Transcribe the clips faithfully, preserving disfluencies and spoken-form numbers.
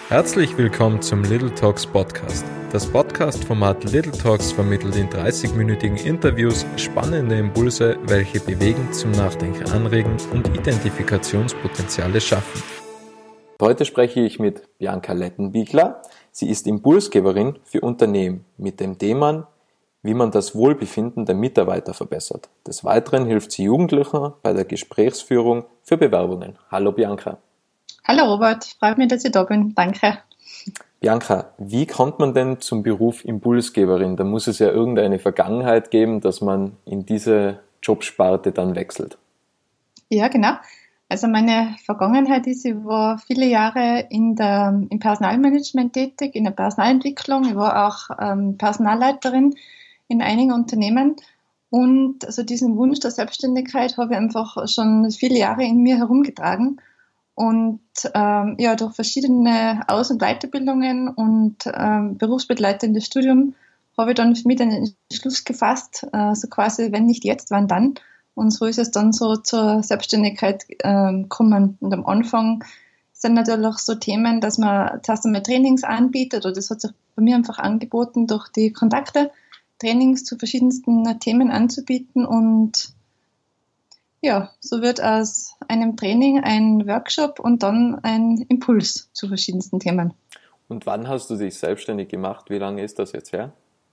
Herzlich willkommen zum Little Talks Podcast. Das Podcast-Format Little Talks vermittelt in dreißig-minütigen Interviews spannende Impulse, welche bewegen, zum Nachdenken anregen und Identifikationspotenziale schaffen. Heute spreche ich mit Bianca Lettenbiegler. Sie ist Impulsgeberin für Unternehmen mit dem Thema, wie man das Wohlbefinden der Mitarbeiter verbessert. Des Weiteren hilft sie Jugendlichen bei der Gesprächsführung für Bewerbungen. Hallo Bianca. Hallo Robert, freut mich, dass ich da bin. Danke. Bianca, wie kommt man denn zum Beruf Impulsgeberin? Da muss es ja irgendeine Vergangenheit geben, dass man in diese Jobsparte dann wechselt. Ja, genau. Also meine Vergangenheit ist, ich war viele Jahre in der, im Personalmanagement tätig, in der Personalentwicklung. Ich war auch ähm, Personalleiterin in einigen Unternehmen. Und also diesen Wunsch der Selbstständigkeit habe ich einfach schon viele Jahre in mir herumgetragen. Und ähm, ja, durch verschiedene Aus- und Weiterbildungen und ähm, berufsbegleitendes Studium habe ich dann für mich den Entschluss gefasst, äh, so quasi, wenn nicht jetzt, wann dann. Und so ist es dann so zur Selbstständigkeit ähm, gekommen. Und am Anfang sind natürlich so Themen, dass man zuerst einmal Trainings anbietet, oder das hat sich bei mir einfach angeboten, durch die Kontakte Trainings zu verschiedensten Themen anzubieten. Und ja, so wird aus einem Training ein Workshop und dann ein Impuls zu verschiedensten Themen. Und wann hast du dich selbstständig gemacht? Wie lange ist das jetzt her?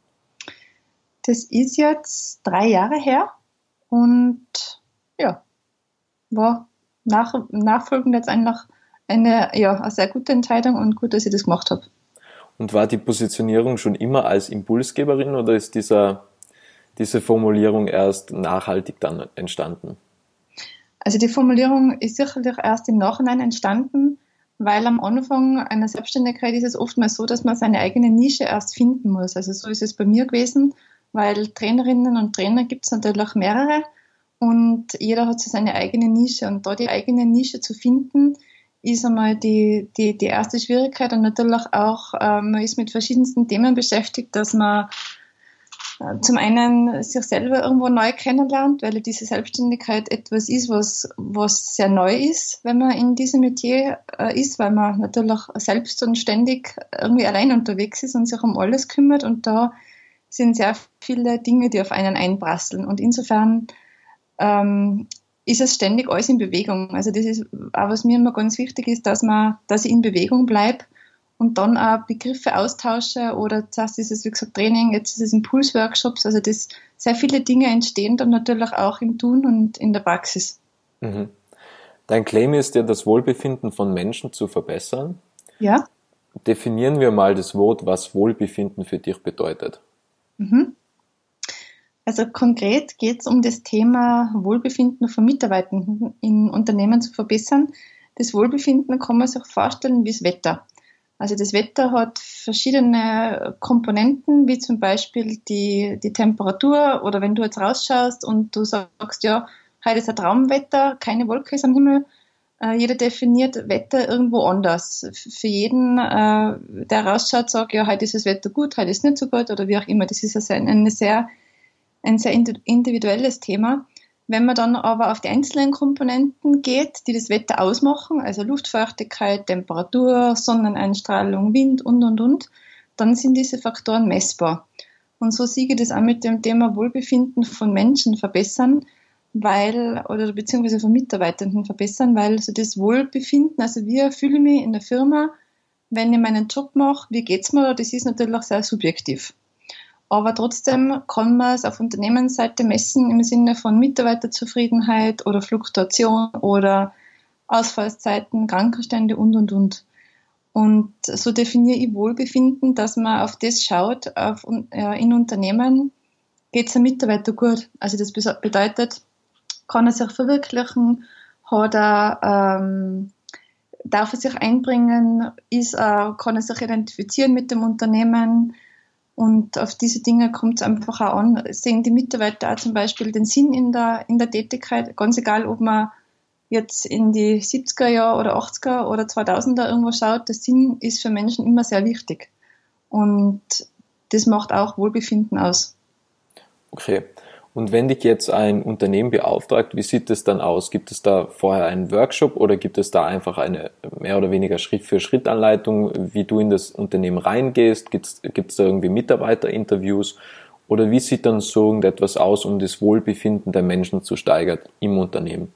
Das ist jetzt drei Jahre her und ja, war nach, nachfolgend jetzt einfach eine, ja, eine sehr gute Entscheidung und gut, dass ich das gemacht habe. Und war die Positionierung schon immer als Impulsgeberin oder ist dieser, diese Formulierung erst nachhaltig dann entstanden? Also die Formulierung ist sicherlich erst im Nachhinein entstanden, weil am Anfang einer Selbstständigkeit ist es oftmals so, dass man seine eigene Nische erst finden muss. Also so ist es bei mir gewesen, weil Trainerinnen und Trainer gibt es natürlich mehrere und jeder hat so seine eigene Nische. Und da die eigene Nische zu finden, ist einmal die, die, die erste Schwierigkeit und natürlich auch, äh, man ist mit verschiedensten Themen beschäftigt, dass man zum einen sich selber irgendwo neu kennenlernt, weil diese Selbstständigkeit etwas ist, was, was sehr neu ist, wenn man in diesem Metier äh, ist, weil man natürlich selbst und ständig irgendwie allein unterwegs ist und sich um alles kümmert und da sind sehr viele Dinge, die auf einen einprasseln und insofern ähm, ist es ständig alles in Bewegung. Also das ist auch, was mir immer ganz wichtig ist, dass man, dass ich in Bewegung bleibe und dann auch Begriffe austausche oder zuerst ist es, wie gesagt, Training, jetzt ist es Impulsworkshops, also das, sehr viele Dinge entstehen dann natürlich auch im Tun und in der Praxis. Mhm. Dein Claim ist ja, das Wohlbefinden von Menschen zu verbessern. Ja. Definieren wir mal das Wort, was Wohlbefinden für dich bedeutet. Mhm. Also konkret geht es um das Thema Wohlbefinden von Mitarbeitenden in Unternehmen zu verbessern. Das Wohlbefinden kann man sich vorstellen wie das Wetter. Also das Wetter hat verschiedene Komponenten, wie zum Beispiel die, die Temperatur oder wenn du jetzt rausschaust und du sagst, ja, heute ist ein Traumwetter, keine Wolke ist am Himmel. Äh, jeder definiert Wetter irgendwo anders. Für jeden, äh, der rausschaut, sagt, ja, heute ist das Wetter gut, heute ist es nicht so gut oder wie auch immer. Das ist also ein, eine sehr, ein sehr individuelles Thema. Wenn man dann aber auf die einzelnen Komponenten geht, die das Wetter ausmachen, also Luftfeuchtigkeit, Temperatur, Sonneneinstrahlung, Wind und, und, und, dann sind diese Faktoren messbar. Und so sehe ich das auch mit dem Thema Wohlbefinden von Menschen verbessern, weil, oder beziehungsweise von Mitarbeitenden verbessern, weil so das Wohlbefinden, also wie fühle ich mich in der Firma, wenn ich meinen Job mache, wie geht's mir, das ist natürlich auch sehr subjektiv. Aber trotzdem kann man es auf Unternehmensseite messen im Sinne von Mitarbeiterzufriedenheit oder Fluktuation oder Ausfallszeiten, Krankenstände und, und, und. Und so definiere ich Wohlbefinden, dass man auf das schaut, auf, äh, in Unternehmen geht es dem Mitarbeiter gut. Also das bedeutet, kann er sich verwirklichen, hat er, ähm, darf er sich einbringen, ist, äh, kann er sich identifizieren mit dem Unternehmen. Und auf diese Dinge kommt es einfach auch an. Sehen die Mitarbeiter auch zum Beispiel den Sinn in der, in der Tätigkeit, ganz egal, ob man jetzt in die siebziger Jahre oder achtziger oder zweitausender irgendwo schaut, der Sinn ist für Menschen immer sehr wichtig. Und das macht auch Wohlbefinden aus. Okay. Und wenn dich jetzt ein Unternehmen beauftragt, wie sieht es dann aus? Gibt es da vorher einen Workshop oder gibt es da einfach eine mehr oder weniger Schritt-für-Schritt-Anleitung, wie du in das Unternehmen reingehst? Gibt es da irgendwie Mitarbeiterinterviews? Oder wie sieht dann so irgendetwas aus, um das Wohlbefinden der Menschen zu steigern im Unternehmen?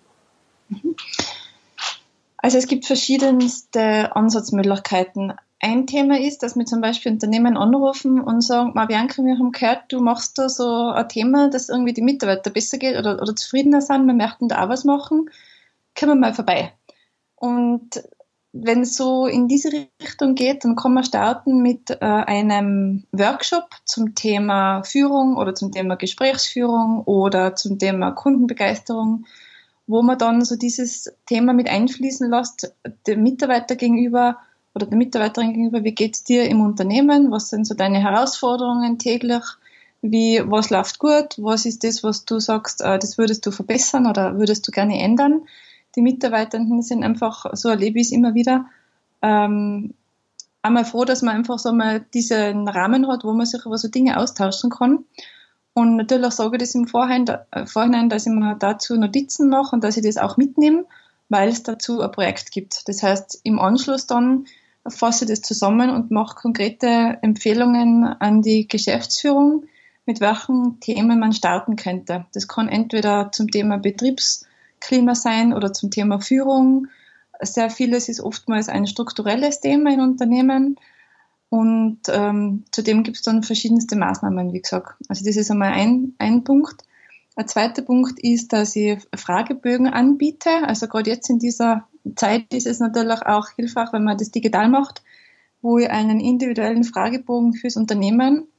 Also es gibt verschiedenste Ansatzmöglichkeiten. Ein Thema ist, dass wir zum Beispiel Unternehmen anrufen und sagen, Bianca, wir haben gehört, du machst da so ein Thema, dass irgendwie die Mitarbeiter besser geht oder, oder zufriedener sind, wir möchten da auch was machen, kommen wir mal vorbei. Und wenn es so in diese Richtung geht, dann kann man starten mit äh, einem Workshop zum Thema Führung oder zum Thema Gesprächsführung oder zum Thema Kundenbegeisterung, wo man dann so dieses Thema mit einfließen lässt, dem Mitarbeiter gegenüber oder der Mitarbeiterin gegenüber, wie geht's dir im Unternehmen, was sind so deine Herausforderungen täglich, wie, was läuft gut, was ist das, was du sagst, äh, das würdest du verbessern oder würdest du gerne ändern. Die Mitarbeitenden sind einfach, so erlebe ich es immer wieder, ähm, einmal froh, dass man einfach so mal diesen Rahmen hat, wo man sich über so Dinge austauschen kann. Und natürlich sage ich das im Vorhinein, äh, Vorhinein, dass ich mir dazu Notizen mache und dass ich das auch mitnehme, weil es dazu ein Projekt gibt. Das heißt, im Anschluss dann fasse ich das zusammen und mache konkrete Empfehlungen an die Geschäftsführung, mit welchen Themen man starten könnte. Das kann entweder zum Thema Betriebsklima sein oder zum Thema Führung. Sehr vieles ist oftmals ein strukturelles Thema in Unternehmen und ähm, zudem gibt es dann verschiedenste Maßnahmen, wie gesagt. Also das ist einmal ein, ein Punkt. Ein zweiter Punkt ist, dass ich Fragebögen anbiete. Also gerade jetzt in dieser Zeit ist es natürlich auch hilfreich, wenn man das digital macht, wo ich einen individuellen Fragebogen fürs Unternehmen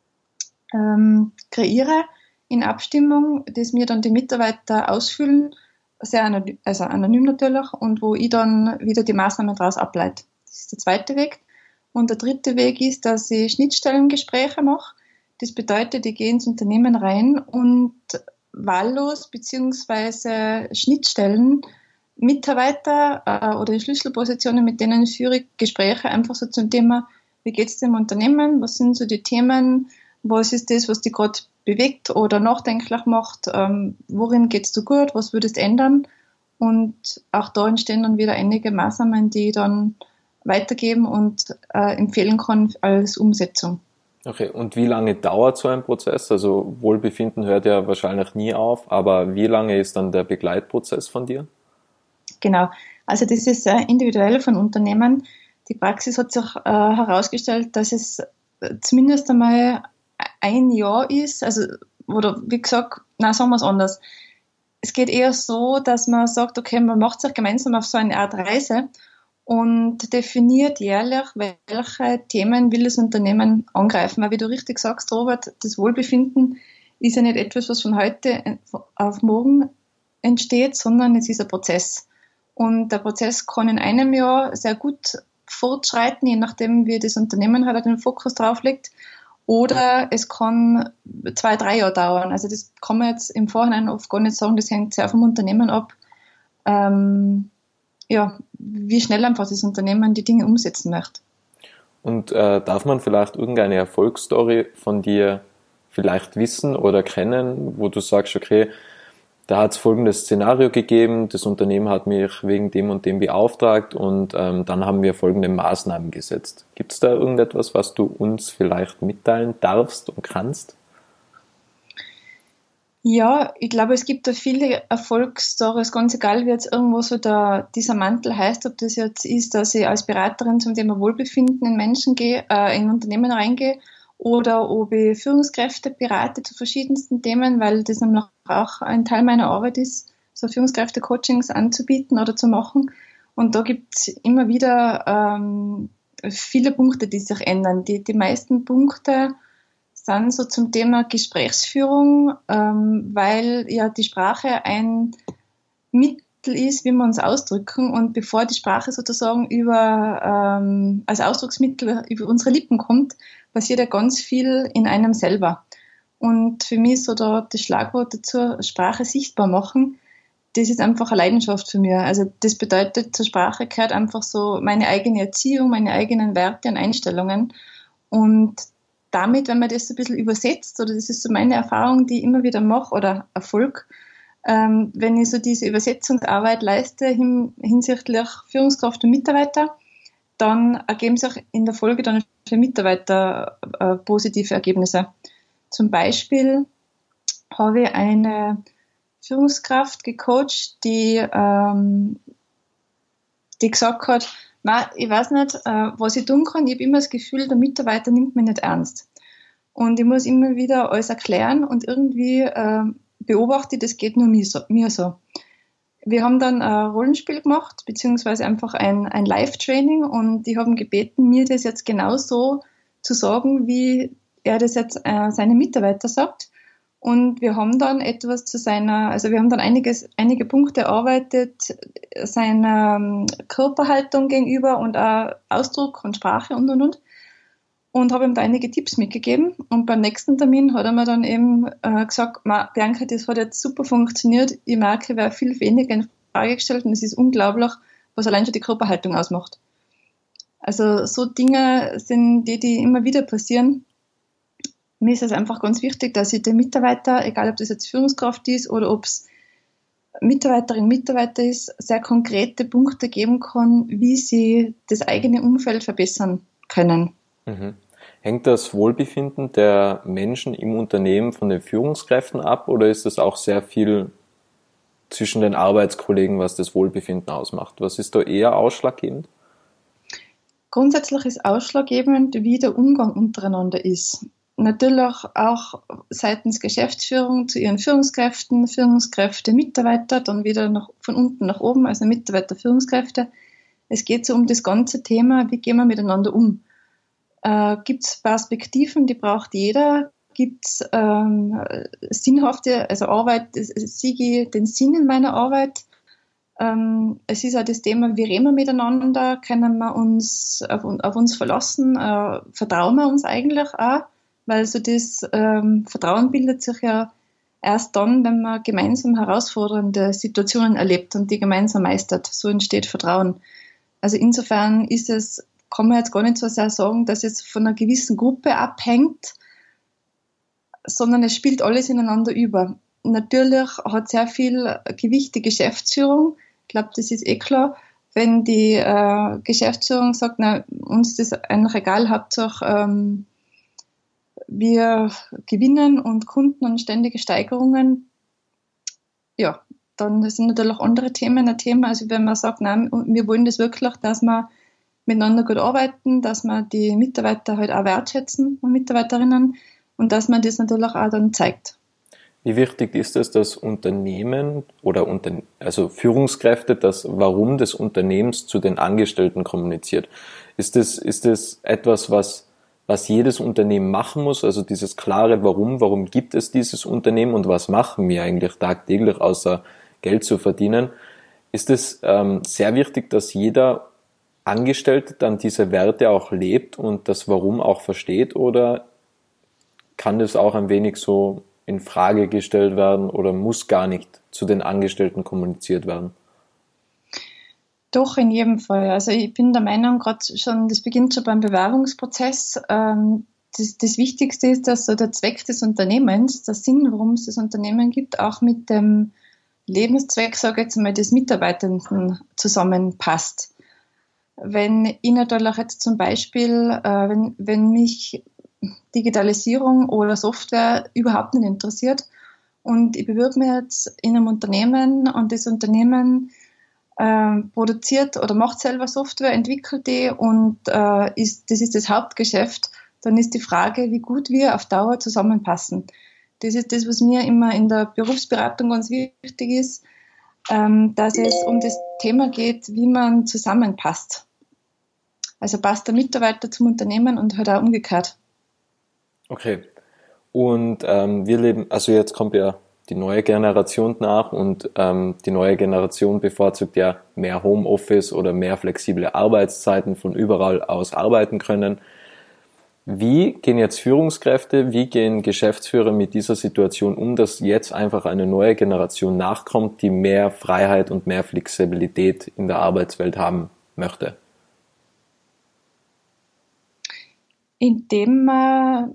ähm, kreiere in Abstimmung, das mir dann die Mitarbeiter ausfüllen, sehr anonym, also anonym natürlich, und wo ich dann wieder die Maßnahmen daraus ableite. Das ist der zweite Weg. Und der dritte Weg ist, dass ich Schnittstellengespräche mache. Das bedeutet, ich gehe ins Unternehmen rein und wahllos beziehungsweise Schnittstellen Mitarbeiter äh, oder in Schlüsselpositionen, mit denen führe ich Gespräche einfach so zum Thema, wie geht es dem Unternehmen, was sind so die Themen, was ist das, was dich gerade bewegt oder nachdenklich macht, ähm, worin geht's dir gut, was würdest du ändern, und auch da entstehen dann wieder einige Maßnahmen, die ich dann weitergeben und äh, empfehlen kann als Umsetzung. Okay, und wie lange dauert so ein Prozess? Also Wohlbefinden hört ja wahrscheinlich nie auf, aber wie lange ist dann der Begleitprozess von dir? Genau, also das ist sehr individuell von Unternehmen. Die Praxis hat sich äh, herausgestellt, dass es zumindest einmal ein Jahr ist, also, oder wie gesagt, nein, sagen wir es anders. Es geht eher so, dass man sagt, okay, man macht sich gemeinsam auf so eine Art Reise und definiert jährlich, welche Themen will das Unternehmen angreifen. Weil wie du richtig sagst, Robert, das Wohlbefinden ist ja nicht etwas, was von heute auf morgen entsteht, sondern es ist ein Prozess. Und der Prozess kann in einem Jahr sehr gut fortschreiten, je nachdem, wie das Unternehmen halt den Fokus drauf legt. Oder es kann zwei, drei Jahre dauern. Also das kann man jetzt im Vorhinein oft gar nicht sagen, das hängt sehr vom Unternehmen ab. Ähm, ja, wie schnell einfach das Unternehmen die Dinge umsetzen möchte. Und äh, darf man vielleicht irgendeine Erfolgsstory von dir vielleicht wissen oder kennen, wo du sagst, okay, da hat es folgendes Szenario gegeben, das Unternehmen hat mich wegen dem und dem beauftragt und ähm, dann haben wir folgende Maßnahmen gesetzt. Gibt es da irgendetwas, was du uns vielleicht mitteilen darfst und kannst? Ja, ich glaube, es gibt da viele Erfolgsstories, ganz egal, wie jetzt irgendwo so der, dieser Mantel heißt, ob das jetzt ist, dass ich als Beraterin zum Thema Wohlbefinden in Menschen gehe, äh, in Unternehmen reingehe, oder ob ich Führungskräfte berate zu verschiedensten Themen, weil das nämlich auch ein Teil meiner Arbeit ist, so Führungskräfte-Coachings anzubieten oder zu machen. Und da gibt es immer wieder ähm, viele Punkte, die sich ändern. Die, die meisten Punkte sind so zum Thema Gesprächsführung, ähm, weil ja die Sprache ein Mittel ist, wie wir uns ausdrücken, und bevor die Sprache sozusagen über ähm, als Ausdrucksmittel über unsere Lippen kommt, passiert ja ganz viel in einem selber. Und für mich ist so da das Schlagwort dazu, Sprache sichtbar machen, das ist einfach eine Leidenschaft für mich. Also das bedeutet, zur Sprache gehört einfach so meine eigene Erziehung, meine eigenen Werte und Einstellungen, und damit, wenn man das so ein bisschen übersetzt, oder das ist so meine Erfahrung, die ich immer wieder mache, oder Erfolg, ähm, wenn ich so diese Übersetzungsarbeit leiste hin, hinsichtlich Führungskraft und Mitarbeiter, dann ergeben sich in der Folge dann für Mitarbeiter äh, positive Ergebnisse. Zum Beispiel habe ich eine Führungskraft gecoacht, die, ähm, die gesagt hat, ich weiß nicht, äh, was ich tun kann. Ich habe immer das Gefühl, der Mitarbeiter nimmt mich nicht ernst. Und ich muss immer wieder alles erklären und irgendwie äh, beobachte ich, das geht nur mir so, mir so. Wir haben dann ein Rollenspiel gemacht, beziehungsweise einfach ein, ein Live-Training, und die haben gebeten, mir das jetzt genauso zu sagen, wie er das jetzt äh, seinen Mitarbeiter sagt. Und wir haben dann etwas zu seiner, also wir haben dann einiges, einige Punkte erarbeitet, seiner ähm, Körperhaltung gegenüber und auch Ausdruck und Sprache und und und. Und habe ihm da einige Tipps mitgegeben. Und beim nächsten Termin hat er mir dann eben äh, gesagt, Bianca, das hat jetzt super funktioniert. Ich merke, ich werde viel weniger in Frage gestellt, und es ist unglaublich, was allein schon die Körperhaltung ausmacht. Also so Dinge sind die, die immer wieder passieren. Mir ist es einfach ganz wichtig, dass ich den Mitarbeiter, egal ob das jetzt Führungskraft ist oder ob es Mitarbeiterin, Mitarbeiter ist, sehr konkrete Punkte geben kann, wie sie das eigene Umfeld verbessern können. Mhm. Hängt das Wohlbefinden der Menschen im Unternehmen von den Führungskräften ab, oder ist das auch sehr viel zwischen den Arbeitskollegen, was das Wohlbefinden ausmacht? Was ist da eher ausschlaggebend? Grundsätzlich ist ausschlaggebend, wie der Umgang untereinander ist. Natürlich auch seitens Geschäftsführung zu ihren Führungskräften, Führungskräfte, Mitarbeiter, dann wieder nach, von unten nach oben, also Mitarbeiter, Führungskräfte. Es geht so um das ganze Thema, wie gehen wir miteinander um? Äh, gibt es Perspektiven, die braucht jeder? Gibt es ähm, sinnhafte, also Arbeit, sehe ich den Sinn in meiner Arbeit? Ähm, es ist auch das Thema, wie reden wir miteinander? Können wir uns auf, auf uns verlassen? Äh, vertrauen wir uns eigentlich auch? Weil so das ähm, Vertrauen bildet sich ja erst dann, wenn man gemeinsam herausfordernde Situationen erlebt und die gemeinsam meistert. So entsteht Vertrauen. Also insofern ist es, kann man jetzt gar nicht so sehr sagen, dass es von einer gewissen Gruppe abhängt, sondern es spielt alles ineinander über. Natürlich hat sehr viel Gewicht die Geschäftsführung. Ich glaube, das ist eh klar. Wenn die äh, Geschäftsführung sagt, na, uns ist das eigentlich egal, Hauptsache ähm, wir gewinnen und Kunden und ständige Steigerungen, ja, dann sind natürlich auch andere Themen ein Thema. Also wenn man sagt, nein, wir wollen das wirklich, dass wir miteinander gut arbeiten, dass wir die Mitarbeiter halt auch wertschätzen und Mitarbeiterinnen, und dass man das natürlich auch dann zeigt. Wie wichtig ist es, dass Unternehmen oder Unter- also Führungskräfte das Warum des Unternehmens zu den Angestellten kommuniziert? Ist das, ist das etwas, was was jedes Unternehmen machen muss, also dieses klare Warum, warum gibt es dieses Unternehmen und was machen wir eigentlich tagtäglich, außer Geld zu verdienen, ist es ähm, sehr wichtig, dass jeder Angestellte dann diese Werte auch lebt und das Warum auch versteht, oder kann das auch ein wenig so in Frage gestellt werden oder muss gar nicht zu den Angestellten kommuniziert werden? Doch, in jedem Fall. Also ich bin der Meinung, gerade schon, das beginnt schon beim Bewerbungsprozess. Ähm, das, das Wichtigste ist, dass so der Zweck des Unternehmens, der Sinn, warum es das Unternehmen gibt, auch mit dem Lebenszweck, sage ich jetzt mal, des Mitarbeitenden zusammenpasst. Wenn ich natürlich jetzt zum Beispiel, äh, wenn, wenn mich Digitalisierung oder Software überhaupt nicht interessiert und ich bewirbe mich jetzt in einem Unternehmen und das Unternehmen Ähm, produziert oder macht selber Software, entwickelt die und äh, ist, das ist das Hauptgeschäft, dann ist die Frage, wie gut wir auf Dauer zusammenpassen. Das ist das, was mir immer in der Berufsberatung ganz wichtig ist, ähm, dass es um das Thema geht, wie man zusammenpasst. Also passt der Mitarbeiter zum Unternehmen und halt auch umgekehrt. Okay. Und ähm, wir leben, also jetzt kommt ja die neue Generation nach und ähm, die neue Generation bevorzugt ja mehr Homeoffice oder mehr flexible Arbeitszeiten, von überall aus arbeiten können. Wie gehen jetzt Führungskräfte, wie gehen Geschäftsführer mit dieser Situation um, dass jetzt einfach eine neue Generation nachkommt, die mehr Freiheit und mehr Flexibilität in der Arbeitswelt haben möchte? Indem man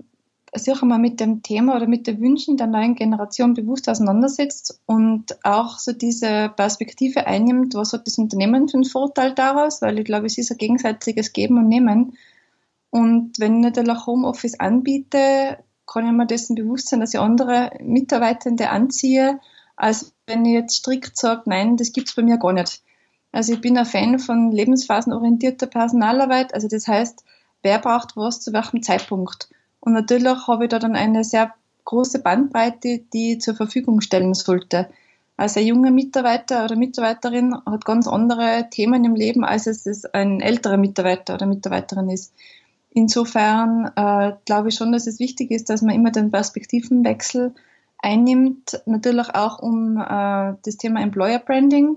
sich einmal mit dem Thema oder mit den Wünschen der neuen Generation bewusst auseinandersetzt und auch so diese Perspektive einnimmt, was hat das Unternehmen für einen Vorteil daraus, weil ich glaube, es ist ein gegenseitiges Geben und Nehmen. Und wenn ich natürlich Homeoffice anbiete, kann ich mir dessen bewusst sein, dass ich andere Mitarbeitende anziehe, als wenn ich jetzt strikt sage, nein, das gibt's bei mir gar nicht. Also ich bin ein Fan von lebensphasenorientierter Personalarbeit, also das heißt, wer braucht was zu welchem Zeitpunkt. Und natürlich habe ich da dann eine sehr große Bandbreite, die ich zur Verfügung stellen sollte. Also ein junger Mitarbeiter oder Mitarbeiterin hat ganz andere Themen im Leben, als es ein älterer Mitarbeiter oder Mitarbeiterin ist. Insofern äh, glaube ich schon, dass es wichtig ist, dass man immer den Perspektivenwechsel einnimmt, natürlich auch um äh, das Thema Employer Branding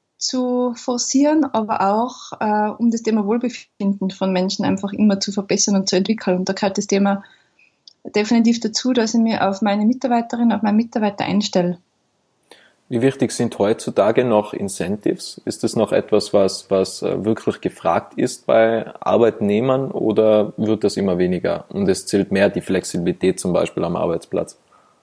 zu forcieren, aber auch äh, um das Thema Wohlbefinden von Menschen einfach immer zu verbessern und zu entwickeln. Und da gehört das Thema definitiv dazu, dass ich mich auf meine Mitarbeiterin, auf meinen Mitarbeiter einstelle. Wie wichtig sind heutzutage noch Incentives? Ist das noch etwas, was, was wirklich gefragt ist bei Arbeitnehmern oder wird das immer weniger und es zählt mehr die Flexibilität zum Beispiel am Arbeitsplatz?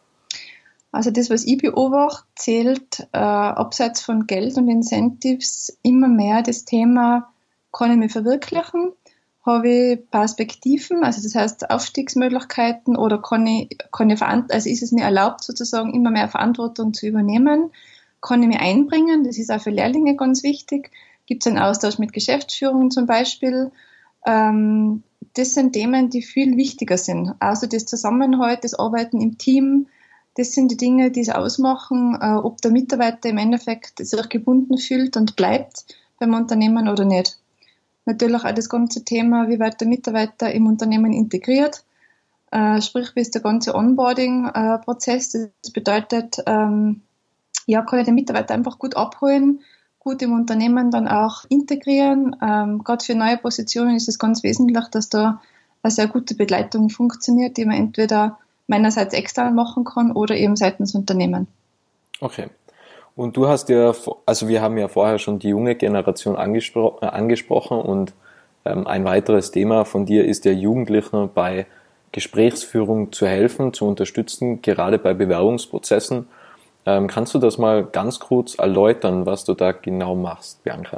Also das, was ich beobachte, zählt äh, abseits von Geld und Incentives immer mehr das Thema, kann ich mich verwirklichen, habe ich Perspektiven, also das heißt Aufstiegsmöglichkeiten oder kann ich, kann ich also ist es mir erlaubt sozusagen immer mehr Verantwortung zu übernehmen, kann ich mich einbringen, das ist auch für Lehrlinge ganz wichtig, gibt es einen Austausch mit Geschäftsführung zum Beispiel, ähm, das sind Themen, die viel wichtiger sind, also das Zusammenhalt, das Arbeiten im Team. Das sind die Dinge, die es ausmachen, äh, ob der Mitarbeiter im Endeffekt sich gebunden fühlt und bleibt beim Unternehmen oder nicht. Natürlich auch das ganze Thema, wie wird der Mitarbeiter im Unternehmen integriert, äh, sprich, wie ist der ganze Onboarding-Prozess. Äh, das bedeutet, ähm, ja, kann ich den Mitarbeiter einfach gut abholen, gut im Unternehmen dann auch integrieren. Ähm, gerade für neue Positionen ist es ganz wesentlich, dass da eine sehr gute Begleitung funktioniert, die man entweder meinerseits extern machen kann oder eben seitens Unternehmen. Okay. Und du hast ja, also wir haben ja vorher schon die junge Generation angespro- äh, angesprochen und ähm, ein weiteres Thema von dir ist der Jugendlichen bei Gesprächsführung zu helfen, zu unterstützen, gerade bei Bewerbungsprozessen. Ähm, kannst du das mal ganz kurz erläutern, was du da genau machst, Bianca?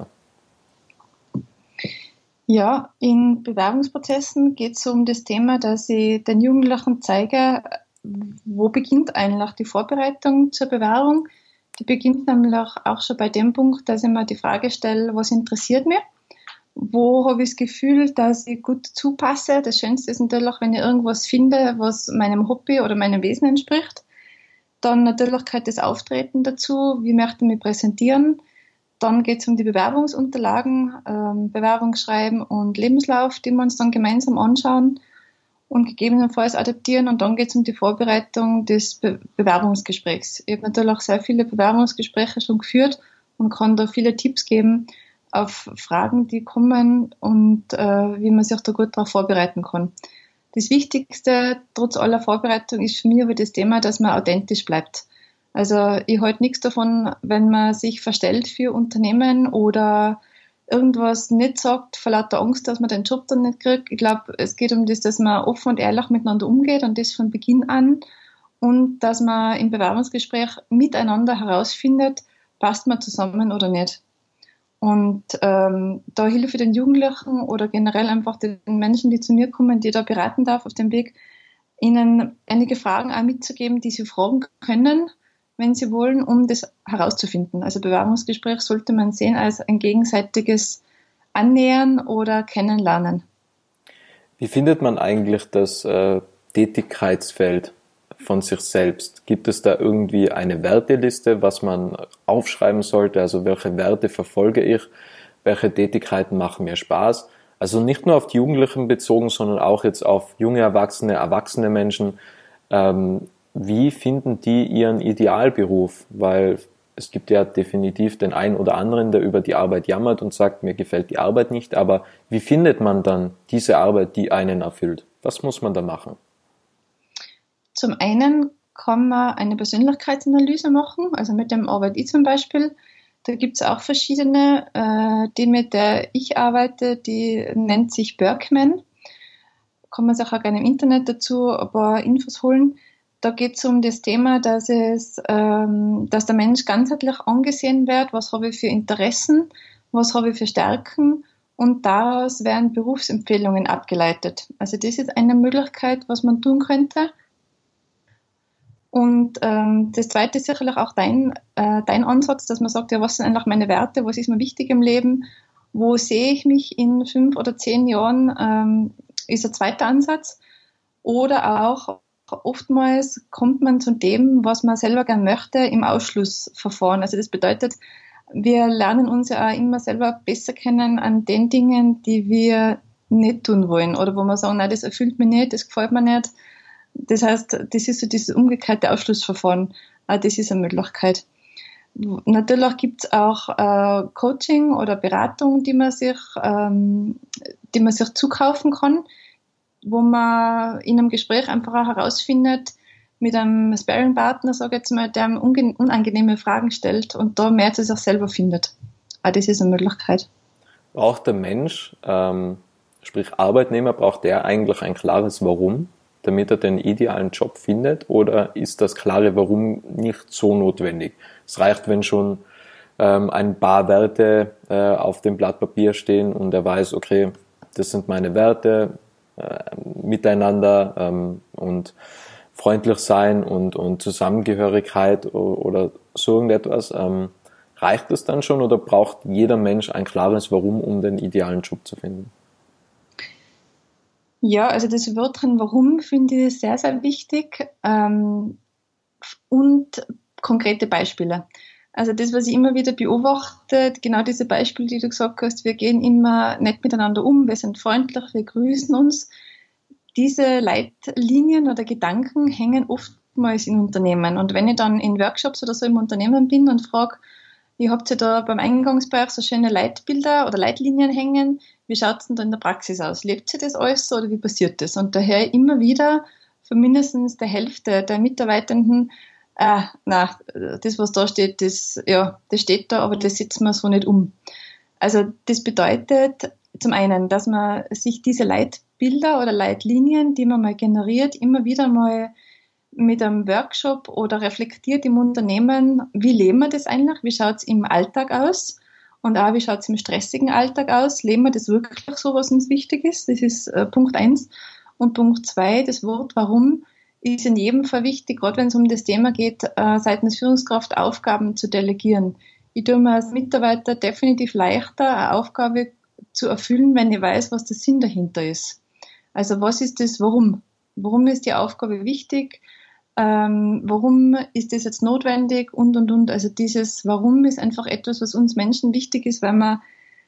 Ja, in Bewerbungsprozessen geht es um das Thema, dass ich den Jugendlichen zeige, wo beginnt eigentlich die Vorbereitung zur Bewerbung. Die beginnt nämlich auch schon bei dem Punkt, dass ich mir die Frage stelle, was interessiert mich? Wo habe ich das Gefühl, dass ich gut zupasse? Das Schönste ist natürlich, wenn ich irgendwas finde, was meinem Hobby oder meinem Wesen entspricht. Dann natürlich gehört das Auftreten dazu. Wie möchte ich mich präsentieren? Dann geht es um die Bewerbungsunterlagen, ähm, Bewerbungsschreiben und Lebenslauf, die wir uns dann gemeinsam anschauen und gegebenenfalls adaptieren. Und dann geht es um die Vorbereitung des Be- Bewerbungsgesprächs. Ich habe natürlich auch sehr viele Bewerbungsgespräche schon geführt und kann da viele Tipps geben auf Fragen, die kommen und äh, wie man sich da gut darauf vorbereiten kann. Das Wichtigste, trotz aller Vorbereitung, ist für mich aber das Thema, dass man authentisch bleibt. Also ich halte nichts davon, wenn man sich verstellt für Unternehmen oder irgendwas nicht sagt, vor lauter Angst, dass man den Job dann nicht kriegt. Ich glaube, es geht um das, dass man offen und ehrlich miteinander umgeht und das von Beginn an und dass man im Bewerbungsgespräch miteinander herausfindet, passt man zusammen oder nicht. Und ähm, da hilfe ich den Jugendlichen oder generell einfach den Menschen, die zu mir kommen, die ich da beraten darf auf dem Weg, ihnen einige Fragen auch mitzugeben, die sie fragen können, wenn sie wollen, um das herauszufinden. Also Bewerbungsgespräch sollte man sehen als ein gegenseitiges Annähern oder Kennenlernen. Wie findet man eigentlich das äh, Tätigkeitsfeld von sich selbst? Gibt es da irgendwie eine Werteliste, was man aufschreiben sollte? Also welche Werte verfolge ich? Welche Tätigkeiten machen mir Spaß? Also nicht nur auf die Jugendlichen bezogen, sondern auch jetzt auf junge Erwachsene, erwachsene Menschen. Ähm, Wie finden die ihren Idealberuf? Weil es gibt ja definitiv den einen oder anderen, der über die Arbeit jammert und sagt, mir gefällt die Arbeit nicht. Aber wie findet man dann diese Arbeit, die einen erfüllt? Was muss man da machen? Zum einen kann man eine Persönlichkeitsanalyse machen, also mit dem arbeite ich zum Beispiel. Da gibt es auch verschiedene, äh, die mit der ich arbeite, die nennt sich Berkman. kann man sich auch gerne im Internet dazu ein paar Infos holen. Da geht es um das Thema, dass es, ähm, dass der Mensch ganzheitlich angesehen wird. Was habe ich für Interessen? Was habe ich für Stärken? Und daraus werden Berufsempfehlungen abgeleitet. Also das ist eine Möglichkeit, was man tun könnte. Und ähm, das Zweite ist sicherlich auch dein, äh, dein Ansatz, dass man sagt, ja, was sind eigentlich meine Werte? Was ist mir wichtig im Leben? Wo sehe ich mich in fünf oder zehn Jahren? Ähm, ist ein zweiter Ansatz. Oder auch oftmals kommt man zu dem, was man selber gern möchte, im Ausschlussverfahren. Also das bedeutet, wir lernen uns ja auch immer selber besser kennen an den Dingen, die wir nicht tun wollen oder wo wir sagen, nein, das erfüllt mich nicht, das gefällt mir nicht. Das heißt, das ist so dieses umgekehrte Ausschlussverfahren. Auch das ist eine Möglichkeit. Natürlich gibt es auch äh, Coaching oder Beratung, die man sich, ähm, die man sich zukaufen kann, wo man in einem Gespräch einfach auch herausfindet, mit einem Sparring-Partner, sage ich jetzt mal, der ihm unangenehme Fragen stellt und da mehr zu sich selber findet. Auch das ist eine Möglichkeit. Braucht der Mensch, ähm, sprich Arbeitnehmer, braucht der eigentlich ein klares Warum, damit er den idealen Job findet, oder ist das klare Warum nicht so notwendig? Es reicht, wenn schon ähm, ein paar Werte äh, auf dem Blatt Papier stehen und er weiß, okay, das sind meine Werte, äh, miteinander ähm, und freundlich sein und, und Zusammengehörigkeit oder so irgendetwas. Ähm, reicht das dann schon oder braucht jeder Mensch ein klares Warum, um den idealen Job zu finden? Ja, also das Wörtchen Warum finde ich sehr, sehr wichtig, ähm, und konkrete Beispiele. Also das, was ich immer wieder beobachte, genau diese Beispiele, die du gesagt hast, wir gehen immer nett miteinander um, wir sind freundlich, wir grüßen uns. Diese Leitlinien oder Gedanken hängen oftmals in Unternehmen. Und wenn ich dann in Workshops oder so im Unternehmen bin und frage, ihr habt ja da beim Eingangsbereich so schöne Leitbilder oder Leitlinien hängen, wie schaut es denn da in der Praxis aus? Lebt sie das alles so oder wie passiert das? Und daher immer wieder von mindestens der Hälfte der Mitarbeitenden, äh, na, das, was da steht, das, ja, das steht da, aber das setzen wir so nicht um. Also das bedeutet zum einen, dass man sich diese Leitbilder oder Leitlinien, die man mal generiert, immer wieder mal mit einem Workshop oder reflektiert im Unternehmen, wie leben wir das eigentlich, wie schaut es im Alltag aus und auch wie schaut es im stressigen Alltag aus, leben wir das wirklich so, was uns wichtig ist, das ist äh, Punkt eins. Und Punkt zwei, das Wort Warum ist in jedem Fall wichtig, gerade wenn es um das Thema geht, äh, seitens Führungskraft Aufgaben zu delegieren. Ich tue mir als Mitarbeiter definitiv leichter, eine Aufgabe zu erfüllen, wenn ich weiß, was der Sinn dahinter ist. Also was ist das Warum? Warum ist die Aufgabe wichtig? Ähm, warum ist das jetzt notwendig? Und, und, und. Also dieses Warum ist einfach etwas, was uns Menschen wichtig ist, weil wir,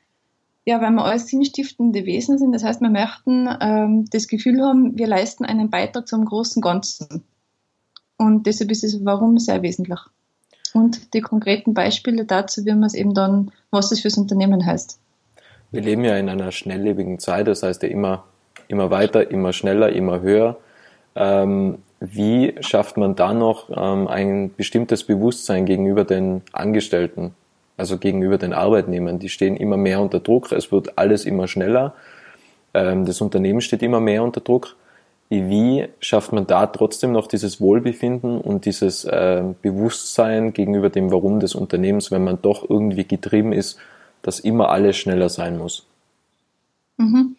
ja, weil wir alles sinnstiftende Wesen sind. Das heißt, wir möchten ähm, das Gefühl haben, wir leisten einen Beitrag zum großen Ganzen. Und deshalb ist das Warum sehr wesentlich. Und die konkreten Beispiele dazu, wie man es eben dann, was das fürs Unternehmen heißt. Wir leben ja in einer schnelllebigen Zeit, das heißt ja immer, immer weiter, immer schneller, immer höher. Ähm, wie schafft man da noch ähm, ein bestimmtes Bewusstsein gegenüber den Angestellten, also gegenüber den Arbeitnehmern? Die stehen immer mehr unter Druck, es wird alles immer schneller, ähm, das Unternehmen steht immer mehr unter Druck. Wie schafft man da trotzdem noch dieses Wohlbefinden und dieses äh, Bewusstsein gegenüber dem Warum des Unternehmens, wenn man doch irgendwie getrieben ist, dass immer alles schneller sein muss? Mhm.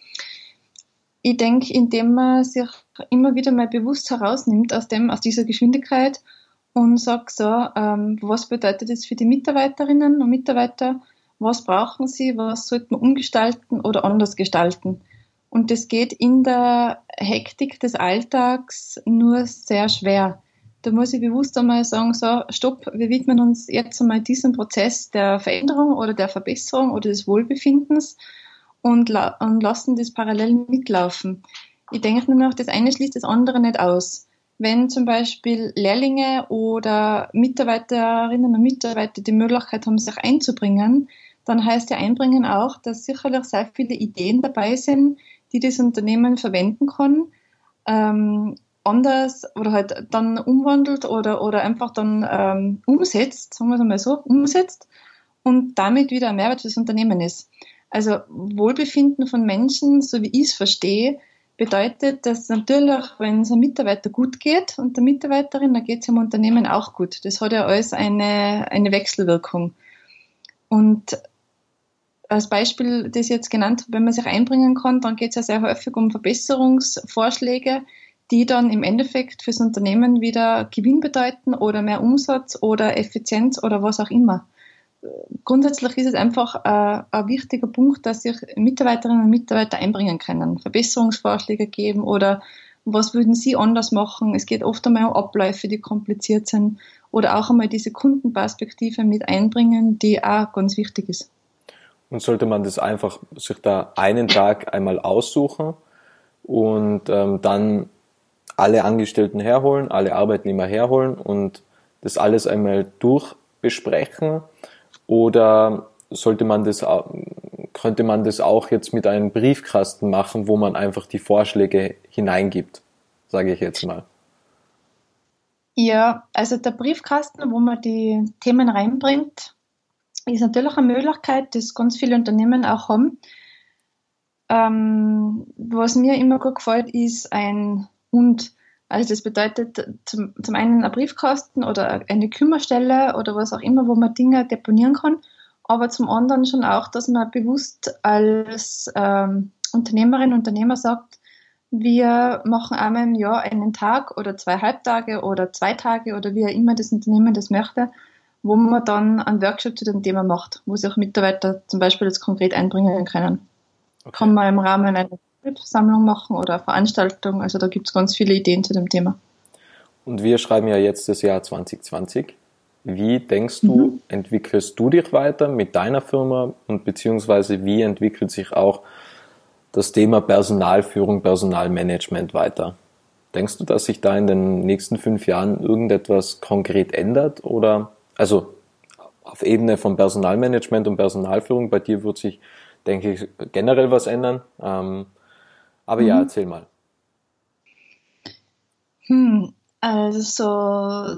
Ich denke, indem man sich immer wieder mal bewusst herausnimmt aus dem, aus dieser Geschwindigkeit und sagt so, ähm, was bedeutet das für die Mitarbeiterinnen und Mitarbeiter? Was brauchen sie? Was sollte man umgestalten oder anders gestalten? Und das geht in der Hektik des Alltags nur sehr schwer. Da muss ich bewusst einmal sagen, so, stopp, wir widmen uns jetzt einmal diesem Prozess der Veränderung oder der Verbesserung oder des Wohlbefindens und, la- und lassen das parallel mitlaufen. Ich denke nur noch, das eine schließt das andere nicht aus. Wenn zum Beispiel Lehrlinge oder Mitarbeiterinnen und Mitarbeiter die Möglichkeit haben, sich einzubringen, dann heißt ja Einbringen auch, dass sicherlich sehr viele Ideen dabei sind, die das Unternehmen verwenden kann, ähm, anders oder halt dann umwandelt oder, oder einfach dann ähm, umsetzt, sagen wir es einmal so, umsetzt und damit wieder ein Mehrwert für das Unternehmen ist. Also Wohlbefinden von Menschen, so wie ich es verstehe, bedeutet, dass natürlich, wenn es einem Mitarbeiter gut geht und der Mitarbeiterin, dann geht es im Unternehmen auch gut. Das hat ja alles eine, eine Wechselwirkung. Und als Beispiel, das ich jetzt genannt habe, wenn man sich einbringen kann, dann geht es ja sehr häufig um Verbesserungsvorschläge, die dann im Endeffekt fürs Unternehmen wieder Gewinn bedeuten oder mehr Umsatz oder Effizienz oder was auch immer. Grundsätzlich ist es einfach äh, ein wichtiger Punkt, dass sich Mitarbeiterinnen und Mitarbeiter einbringen können, Verbesserungsvorschläge geben oder was würden sie anders machen. Es geht oft einmal um Abläufe, die kompliziert sind oder auch einmal diese Kundenperspektive mit einbringen, die auch ganz wichtig ist. Und sollte man das einfach sich da einen Tag einmal aussuchen und ähm, dann alle Angestellten herholen, alle Arbeitnehmer herholen und das alles einmal durchbesprechen? Oder sollte man das, könnte man das auch jetzt mit einem Briefkasten machen, wo man einfach die Vorschläge hineingibt, sage ich jetzt mal? Ja, also der Briefkasten, wo man die Themen reinbringt, ist natürlich eine Möglichkeit, das ganz viele Unternehmen auch haben. Ähm, was mir immer gut gefällt, ist ein und. Also das bedeutet zum, zum einen ein Briefkasten oder eine Kümmerstelle oder was auch immer, wo man Dinge deponieren kann, aber zum anderen schon auch, dass man bewusst als ähm, Unternehmerin, Unternehmer sagt, wir machen einmal im Jahr einen Tag oder zwei Halbtage oder zwei Tage oder wie auch immer das Unternehmen das möchte, wo man dann einen Workshop zu dem Thema macht, wo sich auch Mitarbeiter zum Beispiel jetzt konkret einbringen können. Okay. Kann man im Rahmen einer Sammlung machen oder Veranstaltung, also da gibt es ganz viele Ideen zu dem Thema. Und wir schreiben ja jetzt das Jahr zwanzig zwanzig. Wie denkst du, mhm. entwickelst du dich weiter mit deiner Firma und beziehungsweise wie entwickelt sich auch das Thema Personalführung, Personalmanagement weiter? Denkst du, dass sich da in den nächsten fünf Jahren irgendetwas konkret ändert oder, also auf Ebene von Personalmanagement und Personalführung, bei dir wird sich, denke ich, generell was ändern, ähm, aber mhm. ja, erzähl mal. Hm, also,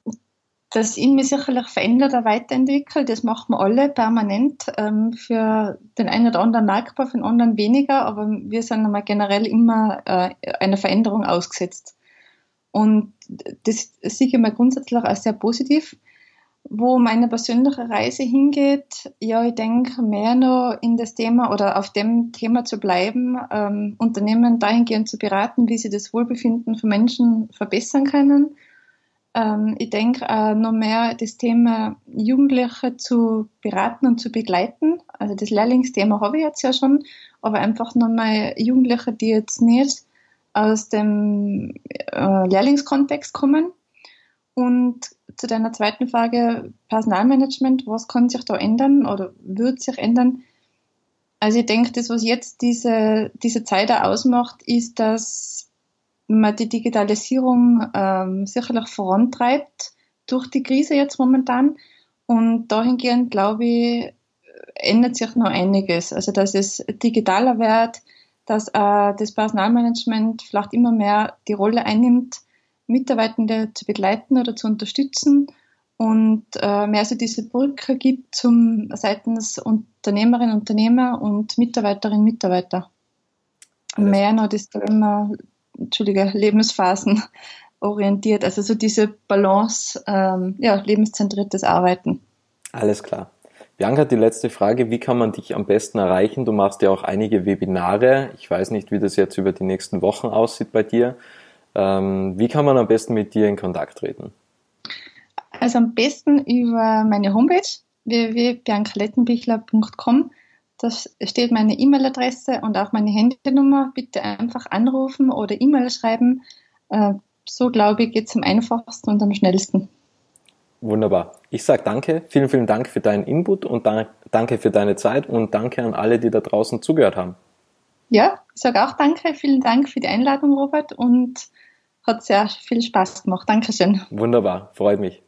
dass ich mich sicherlich verändert oder weiterentwickelt, das machen wir alle permanent. Ähm, für den einen oder anderen merkbar, für den anderen weniger, aber wir sind einmal generell immer äh, einer Veränderung ausgesetzt. Und das sehe ich mal grundsätzlich als sehr positiv. Wo meine persönliche Reise hingeht, ja, ich denke, mehr noch in das Thema oder auf dem Thema zu bleiben, ähm, Unternehmen dahingehend zu beraten, wie sie das Wohlbefinden von Menschen verbessern können. Ähm, ich denke, äh, noch mehr das Thema Jugendliche zu beraten und zu begleiten. Also das Lehrlingsthema habe ich jetzt ja schon, aber einfach nochmal Jugendliche, die jetzt nicht aus dem äh, Lehrlingskontext kommen. Und zu deiner zweiten Frage, Personalmanagement, was kann sich da ändern oder wird sich ändern? Also ich denke, das, was jetzt diese, diese Zeit auch ausmacht, ist, dass man die Digitalisierung ähm, sicherlich vorantreibt durch die Krise jetzt momentan. Und dahingehend, glaube ich, ändert sich noch einiges. Also dass es digitaler wird, dass äh, das Personalmanagement vielleicht immer mehr die Rolle einnimmt, Mitarbeitende zu begleiten oder zu unterstützen und äh, mehr so diese Brücke gibt zum seitens Unternehmerinnen, Unternehmer und Mitarbeiterinnen, Mitarbeiter. Alles. Mehr noch das Thema, Entschuldige, Lebensphasen orientiert, also so diese Balance, ähm, ja, lebenszentriertes Arbeiten. Alles klar. Bianca, die letzte Frage, wie kann man dich am besten erreichen? Du machst ja auch einige Webinare. Ich weiß nicht, wie das jetzt über die nächsten Wochen aussieht bei dir. Wie kann man am besten mit dir in Kontakt treten? Also am besten über meine Homepage w w w punkt bianca lettenbichler punkt com. Da steht meine E-Mail-Adresse und auch meine Handynummer. Bitte einfach anrufen oder E-Mail schreiben. So, glaube ich, geht es am einfachsten und am schnellsten. Wunderbar. Ich sage danke. Vielen, vielen Dank für deinen Input und danke für deine Zeit und danke an alle, die da draußen zugehört haben. Ja, ich sage auch danke. Vielen Dank für die Einladung, Robert, und hat sehr viel Spaß gemacht. Dankeschön. Wunderbar, freut mich.